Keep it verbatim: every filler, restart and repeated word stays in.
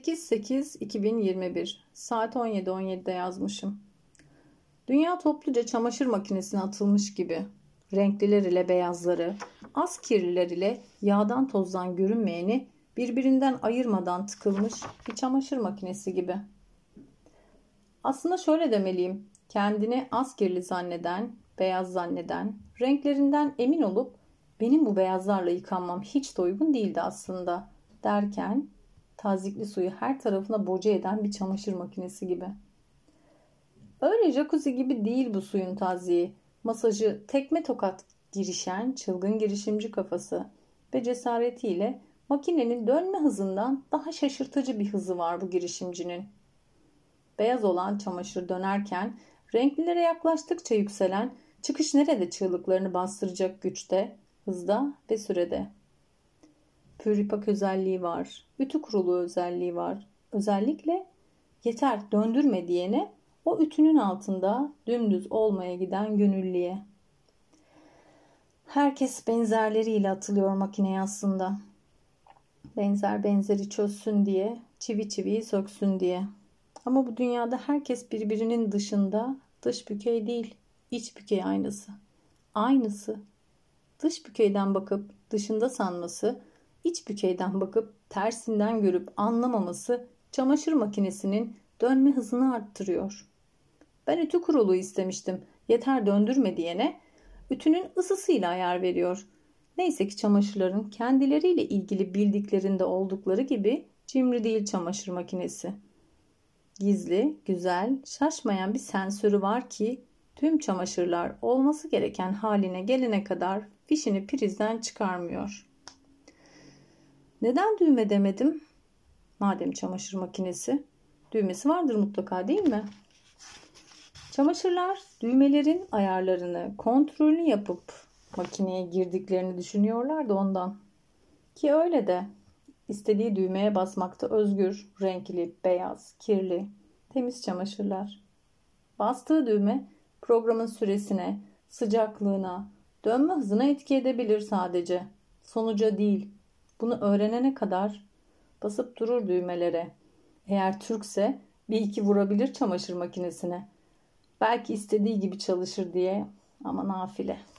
sekiz sekiz iki bin yirmi bir saat on yedi on yedide yazmışım. Dünya topluca çamaşır makinesine atılmış gibi. Renkliler ile beyazları, az kirliler ile yağdan tozdan görünmeyeni birbirinden ayırmadan tıkılmış bir çamaşır makinesi gibi. Aslında şöyle demeliyim. Kendini az kirli zanneden, beyaz zanneden, renklerinden emin olup benim bu beyazlarla yıkanmam hiç de uygun değildi aslında derken tazikli suyu her tarafına boca eden bir çamaşır makinesi gibi. Öyle jacuzzi gibi değil bu suyun taziği. Masajı tekme tokat girişen çılgın girişimci kafası ve cesaretiyle makinenin dönme hızından daha şaşırtıcı bir hızı var bu girişimcinin. Beyaz olan çamaşır dönerken renklilere yaklaştıkça yükselen çıkış nerede çığlıklarını bastıracak güçte, hızda ve sürede. Püripak özelliği var, ütü kurulu özelliği var. Özellikle yeter döndürme diyene, o ütünün altında dümdüz olmaya giden gönüllüye. Herkes benzerleriyle atılıyor makineye aslında. Benzer benzeri çözsün diye, çivi çiviyi söksün diye. Ama bu dünyada herkes birbirinin dışında, dış bükey değil, iç bükey aynısı. Aynısı. Dış bükeyden bakıp dışında sanması, iç bükeyden bakıp tersinden görüp anlamaması çamaşır makinesinin dönme hızını arttırıyor. Ben ütü kurulu istemiştim. Yeter döndürme diyene ütünün ısısıyla ayar veriyor. Neyse ki çamaşırların kendileriyle ilgili bildiklerinde oldukları gibi cimri değil çamaşır makinesi. Gizli, güzel, şaşmayan bir sensörü var ki tüm çamaşırlar olması gereken haline gelene kadar fişini prizden çıkarmıyor. Neden düğme demedim? Madem çamaşır makinesi, düğmesi vardır mutlaka değil mi? Çamaşırlar düğmelerin ayarlarını, kontrolünü yapıp makineye girdiklerini düşünüyorlar da ondan. Ki öyle de istediği düğmeye basmakta özgür, renkli, beyaz, kirli, temiz çamaşırlar. Bastığı düğme programın süresine, sıcaklığına, dönme hızına etki edebilir sadece. Sonuca değil. Bunu öğrenene kadar basıp durur düğmelere. Eğer Türkse bir iki vurabilir çamaşır makinesine. Belki istediği gibi çalışır diye ama nafile.